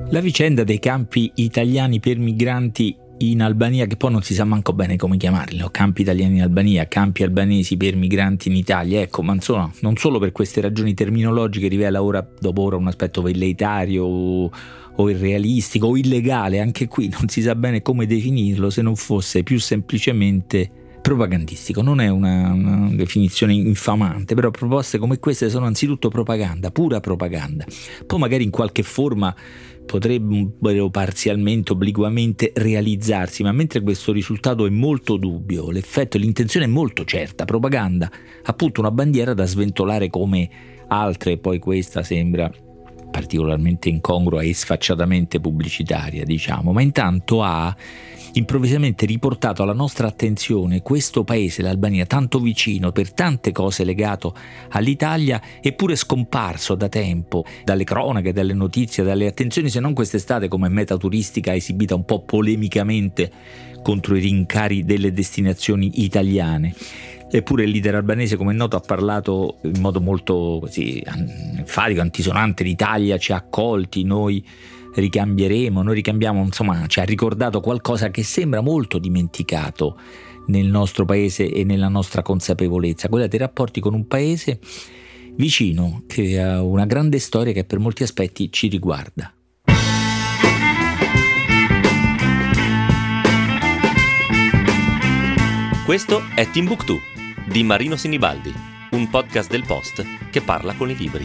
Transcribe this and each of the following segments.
La vicenda dei campi italiani per migranti in Albania, che poi non si sa manco bene come chiamarli, campi italiani in Albania, campi albanesi per migranti in Italia, ecco, ma insomma, non solo per queste ragioni terminologiche rivela ora dopo ora un aspetto velleitario o irrealistico o illegale, anche qui non si sa bene come definirlo se non fosse più semplicemente propagandistico. Non è una definizione infamante, però proposte come queste sono anzitutto propaganda, pura propaganda. Poi magari in qualche forma potrebbero parzialmente, obliquamente realizzarsi, ma mentre questo risultato è molto dubbio, l'effetto e l'intenzione è molto certa, propaganda, appunto una bandiera da sventolare come altre, poi questa sembra particolarmente incongrua e sfacciatamente pubblicitaria, diciamo, ma intanto ha improvvisamente riportato alla nostra attenzione questo paese, l'Albania, tanto vicino per tante cose legato all'Italia, eppure scomparso da tempo dalle cronache, dalle notizie, dalle attenzioni, se non quest'estate come meta turistica esibita un po' polemicamente contro i rincari delle destinazioni italiane. Eppure il leader albanese, come è noto, ha parlato in modo molto così enfatico, antisonante: l'Italia ci ha accolti, noi ricambiamo, insomma ci ha ricordato qualcosa che sembra molto dimenticato nel nostro paese e nella nostra consapevolezza, quella dei rapporti con un paese vicino che ha una grande storia che per molti aspetti ci riguarda. Questo è Timbuktu di Marino Sinibaldi, un podcast del Post che parla con i libri.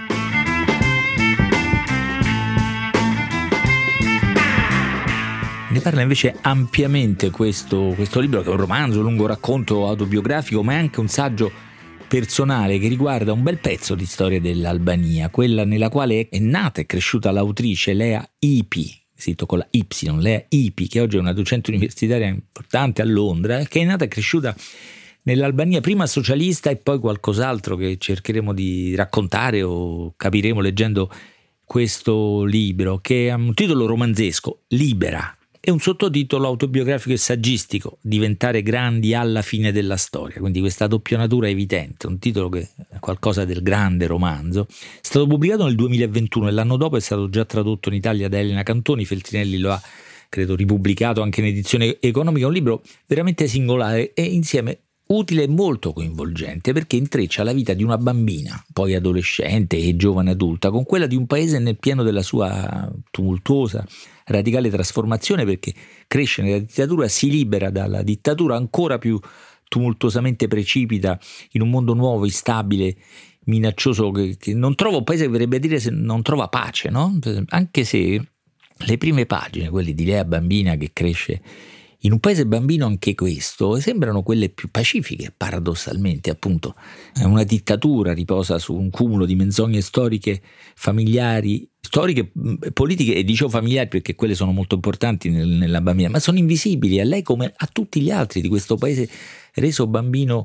Ne parla invece ampiamente questo libro, che è un romanzo, un lungo racconto autobiografico, ma è anche un saggio personale che riguarda un bel pezzo di storia dell'Albania, quella nella quale è nata e cresciuta l'autrice Lea Ypi, scritto con la Y, Lea Ypi, che oggi è una docente universitaria importante a Londra, che è nata e cresciuta nell'Albania prima socialista e poi qualcos'altro che cercheremo di raccontare o capiremo leggendo questo libro, che ha un titolo romanzesco, Libera, e un sottotitolo autobiografico e saggistico, Diventare grandi alla fine della storia. Quindi questa doppia natura è evidente, un titolo che è qualcosa del grande romanzo. È stato pubblicato nel 2021 e l'anno dopo è stato già tradotto in Italia da Elena Cantoni. Feltrinelli lo ha, credo, ripubblicato anche in edizione economica. Un libro veramente singolare e insieme utile e molto coinvolgente, perché intreccia la vita di una bambina, poi adolescente e giovane adulta, con quella di un paese nel pieno della sua tumultuosa, radicale trasformazione, perché cresce nella dittatura, si libera dalla dittatura, ancora più tumultuosamente precipita in un mondo nuovo, instabile, minaccioso, che non trova, un paese che vorrebbe dire se non trova pace, no? Anche se le prime pagine, quelle di Lea bambina che cresce in un paese bambino, anche questo, sembrano quelle più pacifiche, paradossalmente, appunto. È una dittatura, riposa su un cumulo di menzogne storiche, familiari, storiche, politiche, e dicevo familiari perché quelle sono molto importanti nella bambina, ma sono invisibili a lei come a tutti gli altri di questo paese reso bambino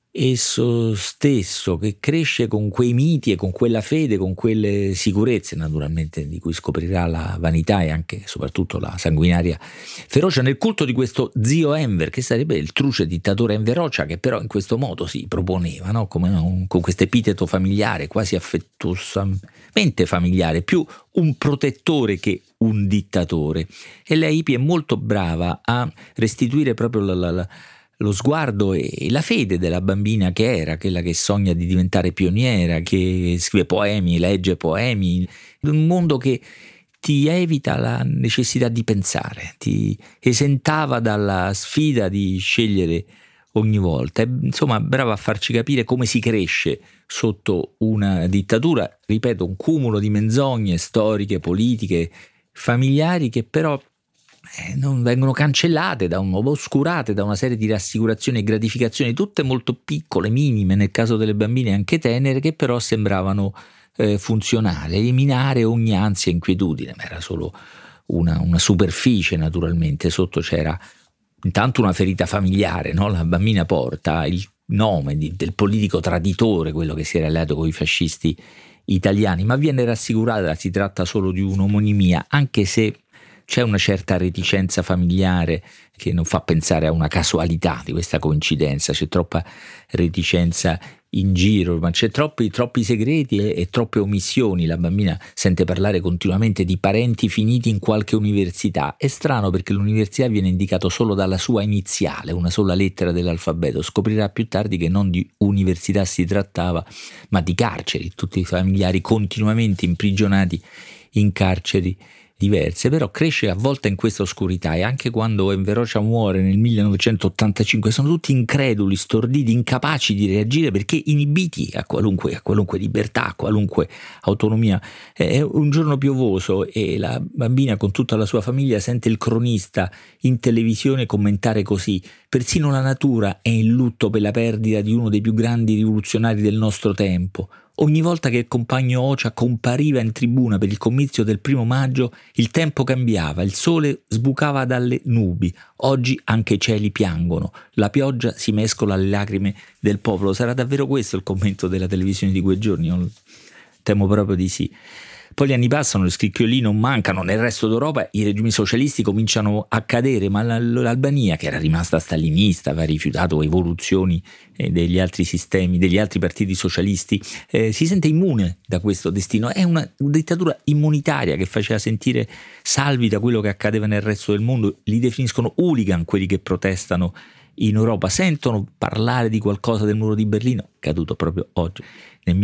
esso stesso, che cresce con quei miti e con quella fede, con quelle sicurezze naturalmente di cui scoprirà la vanità e anche e soprattutto la sanguinaria ferocia nel culto di questo zio Enver, che sarebbe il truce dittatore Enver Hoxha, che però in questo modo si proponeva, no? Come con questo epiteto familiare, quasi affettuosamente familiare, più un protettore che un dittatore. E Lea Ypi è molto brava a restituire proprio lo sguardo e la fede della bambina che era, quella che sogna di diventare pioniera, che scrive poemi, legge poemi, un mondo che ti evita la necessità di pensare, ti esentava dalla sfida di scegliere ogni volta. E, insomma, brava a farci capire come si cresce sotto una dittatura, ripeto, un cumulo di menzogne storiche, politiche, familiari, che però non vengono cancellate, oscurate da una serie di rassicurazioni e gratificazioni, tutte molto piccole, minime, nel caso delle bambine anche tenere, che però sembravano funzionali, eliminare ogni ansia e inquietudine, ma era solo una superficie. Naturalmente sotto c'era intanto una ferita familiare, no? La bambina porta il nome del politico traditore, quello che si era alleato con i fascisti italiani, ma viene rassicurata, si tratta solo di un'omonimia, anche se c'è una certa reticenza familiare che non fa pensare a una casualità di questa coincidenza, c'è troppa reticenza in giro, ma c'è troppi segreti e troppe omissioni. La bambina sente parlare continuamente di parenti finiti in qualche università. È strano perché l'università viene indicato solo dalla sua iniziale, una sola lettera dell'alfabeto. Scoprirà più tardi che non di università si trattava, ma di carceri, tutti i familiari continuamente imprigionati in carceri diverse. Però cresce avvolta in questa oscurità, e anche quando Enverocia muore nel 1985 sono tutti increduli, storditi, incapaci di reagire perché inibiti a qualunque libertà, a qualunque autonomia. È un giorno piovoso e la bambina con tutta la sua famiglia sente il cronista in televisione commentare così: persino la natura è in lutto per la perdita di uno dei più grandi rivoluzionari del nostro tempo. Ogni volta che il compagno Ocia compariva in tribuna per il comizio del 1° maggio, il tempo cambiava, il sole sbucava dalle nubi. Oggi anche i cieli piangono, la pioggia si mescola alle lacrime del popolo. Sarà davvero questo il commento della televisione di quei giorni? Io temo proprio di sì. Poi gli anni passano, le scricchiolii non mancano, nel resto d'Europa i regimi socialisti cominciano a cadere, ma l'Albania, che era rimasta stalinista, aveva rifiutato evoluzioni degli altri sistemi, degli altri partiti socialisti, si sente immune da questo destino. È una dittatura immunitaria che faceva sentire salvi da quello che accadeva nel resto del mondo. Li definiscono hooligan quelli che protestano in Europa. Sentono parlare di qualcosa del muro di Berlino, caduto proprio oggi, nel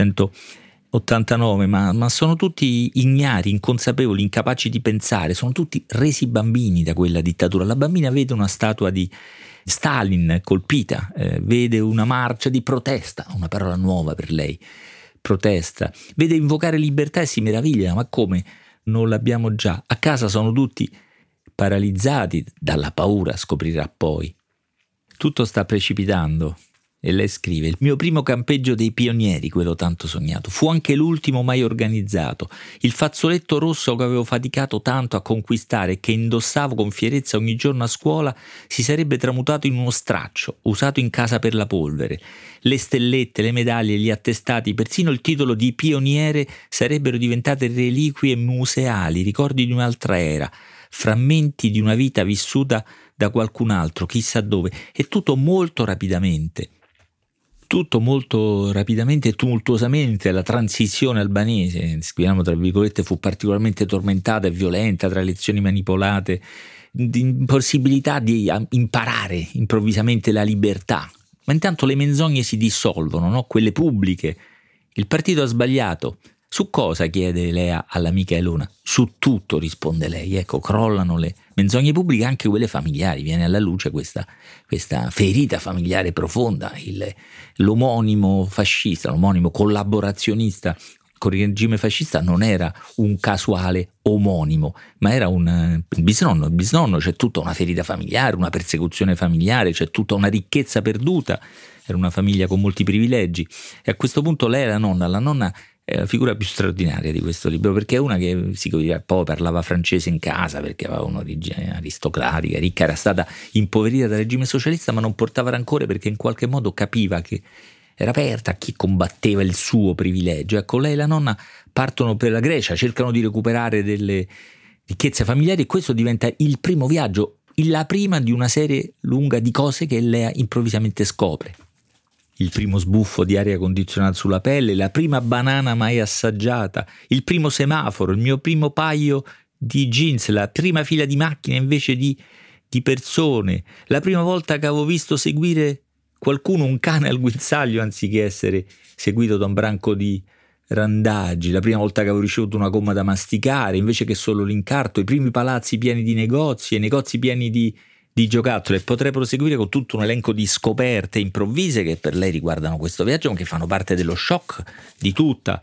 1989, ma sono tutti ignari, inconsapevoli, incapaci di pensare, sono tutti resi bambini da quella dittatura. La bambina vede una statua di Stalin colpita, vede una marcia di protesta, una parola nuova per lei, protesta, vede invocare libertà e si meraviglia: ma come, non l'abbiamo già? A casa sono tutti paralizzati dalla paura, scoprirà poi. Tutto sta precipitando. E lei scrive: il mio primo campeggio dei pionieri, quello tanto sognato, fu anche l'ultimo mai organizzato. Il fazzoletto rosso che avevo faticato tanto a conquistare e che indossavo con fierezza ogni giorno a scuola si sarebbe tramutato in uno straccio usato in casa per la polvere. Le stellette, le medaglie, gli attestati, persino il titolo di pioniere sarebbero diventate reliquie museali, ricordi di un'altra era, frammenti di una vita vissuta da qualcun altro, chissà dove. E tutto molto rapidamente e tumultuosamente. La transizione albanese, scriviamo tra virgolette, fu particolarmente tormentata e violenta tra elezioni manipolate, di impossibilità di imparare improvvisamente la libertà. Ma intanto le menzogne si dissolvono, no? Quelle pubbliche. Il partito ha sbagliato. Su cosa? Chiede Lea all'amica Elona. Su tutto, risponde lei. Ecco, crollano le menzogne pubbliche, anche quelle familiari. Viene alla luce questa ferita familiare profonda. L'omonimo fascista, l'omonimo collaborazionista con il regime fascista non era un casuale omonimo, ma era un bisnonno. Il bisnonno, c'è tutta una ferita familiare, una persecuzione familiare, c'è tutta una ricchezza perduta. Era una famiglia con molti privilegi. E a questo punto lei è la nonna è la figura più straordinaria di questo libro, perché è una che poi parlava francese in casa perché aveva un'origine aristocratica, ricca, era stata impoverita dal regime socialista, ma non portava rancore perché in qualche modo capiva che era aperta a chi combatteva il suo privilegio. Ecco, lei e la nonna partono per la Grecia, cercano di recuperare delle ricchezze familiari, e questo diventa il primo viaggio, la prima di una serie lunga di cose che Lea improvvisamente scopre. Il primo sbuffo di aria condizionata sulla pelle, la prima banana mai assaggiata, il primo semaforo, il mio primo paio di jeans, la prima fila di macchine invece di persone, la prima volta che avevo visto seguire qualcuno un cane al guinzaglio anziché essere seguito da un branco di randaggi, la prima volta che avevo ricevuto una gomma da masticare invece che solo l'incarto, i primi palazzi pieni di negozi e negozi pieni di giocattoli. E potrei proseguire con tutto un elenco di scoperte improvvise che per lei riguardano questo viaggio, ma che fanno parte dello shock di tutta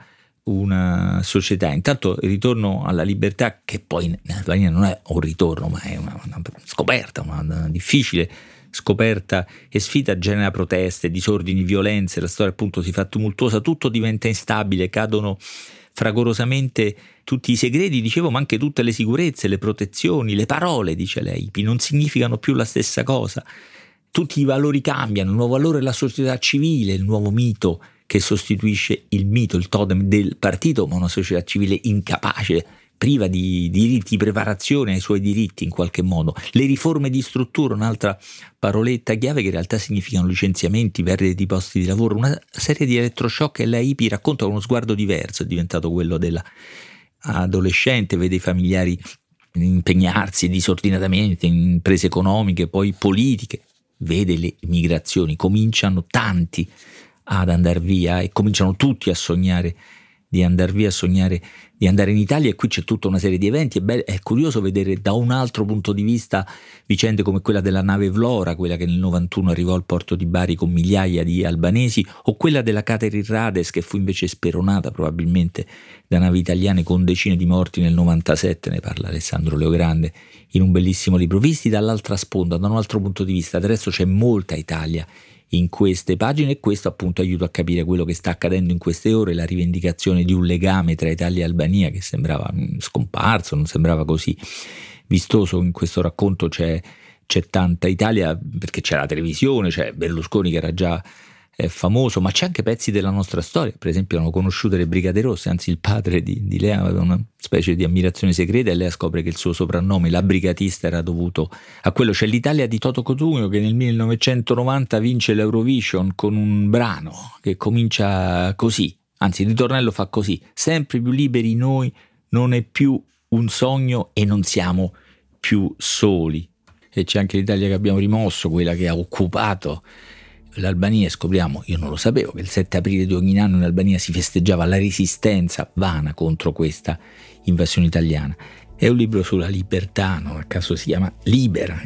una società. Intanto il ritorno alla libertà, che poi in Albania non è un ritorno, ma è una scoperta, una difficile scoperta e sfida, genera proteste, disordini, violenze, la storia appunto si fa tumultuosa, tutto diventa instabile, cadono fragorosamente tutti i segreti, dicevo, ma anche tutte le sicurezze, le protezioni, le parole, dice lei, non significano più la stessa cosa. Tutti i valori cambiano, il nuovo valore è la società civile, il nuovo mito che sostituisce il mito, il totem del partito, ma una società civile incapace, priva di diritti, di preparazione ai suoi diritti in qualche modo. Le riforme di struttura, un'altra paroletta chiave che in realtà significano licenziamenti, perdite di posti di lavoro, una serie di elettroshock che la Ipi racconta con uno sguardo diverso, è diventato quello della adolescente, vede i familiari impegnarsi disordinatamente in imprese economiche, poi politiche, vede le migrazioni, cominciano tanti ad andare via e cominciano tutti a sognare di andare via, a sognare di andare in Italia, e qui c'è tutta una serie di eventi. È curioso vedere da un altro punto di vista vicende come quella della nave Vlora, quella che nel 91 arrivò al porto di Bari con migliaia di albanesi, o quella della Catherine Rades che fu invece speronata probabilmente da navi italiane con decine di morti nel 97, ne parla Alessandro Leogrande in un bellissimo libro. Visti dall'altra sponda, da un altro punto di vista, adesso c'è molta Italia in queste pagine, e questo appunto aiuta a capire quello che sta accadendo in queste ore, la rivendicazione di un legame tra Italia e Albania che sembrava scomparso, non sembrava così vistoso. In questo racconto c'è tanta Italia perché c'è la televisione, c'è Berlusconi che era già famoso, ma c'è anche pezzi della nostra storia. Per esempio hanno conosciuto le Brigate Rosse, anzi il padre di Lea aveva una specie di ammirazione segreta, e Lea scopre che il suo soprannome, la brigatista, era dovuto a quello. C'è l'Italia di Toto Cutugno che nel 1990 vince l'Eurovision con un brano che comincia così, anzi il ritornello fa così: sempre più liberi noi, non è più un sogno e non siamo più soli. E c'è anche l'Italia che abbiamo rimosso, quella che ha occupato l'Albania. Scopriamo, io non lo sapevo, che il 7 aprile di ogni anno in Albania si festeggiava la resistenza vana contro questa invasione italiana. È un libro sulla libertà, non a caso si chiama Libera,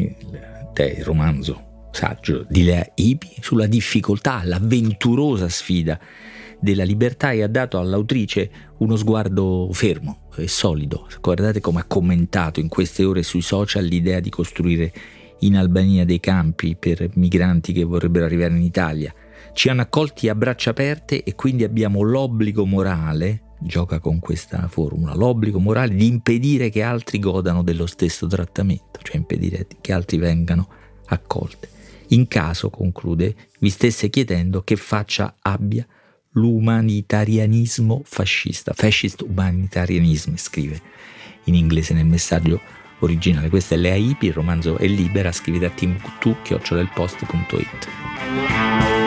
il romanzo saggio di Lea Ipi, sulla difficoltà, l'avventurosa sfida della libertà, e ha dato all'autrice uno sguardo fermo e solido. Guardate come ha commentato in queste ore sui social l'idea di costruire in Albania dei campi per migranti che vorrebbero arrivare in Italia. Ci hanno accolti a braccia aperte e quindi abbiamo l'obbligo morale, gioca con questa formula, l'obbligo morale di impedire che altri godano dello stesso trattamento, cioè impedire che altri vengano accolti. In caso, conclude, vi stesse chiedendo che faccia abbia l'umanitarianismo fascista, fascist humanitarianism, scrive in inglese nel messaggio originale. Questa è Lea Ipi, il romanzo è Libera, scrivete a timbuktu@ilpost.it.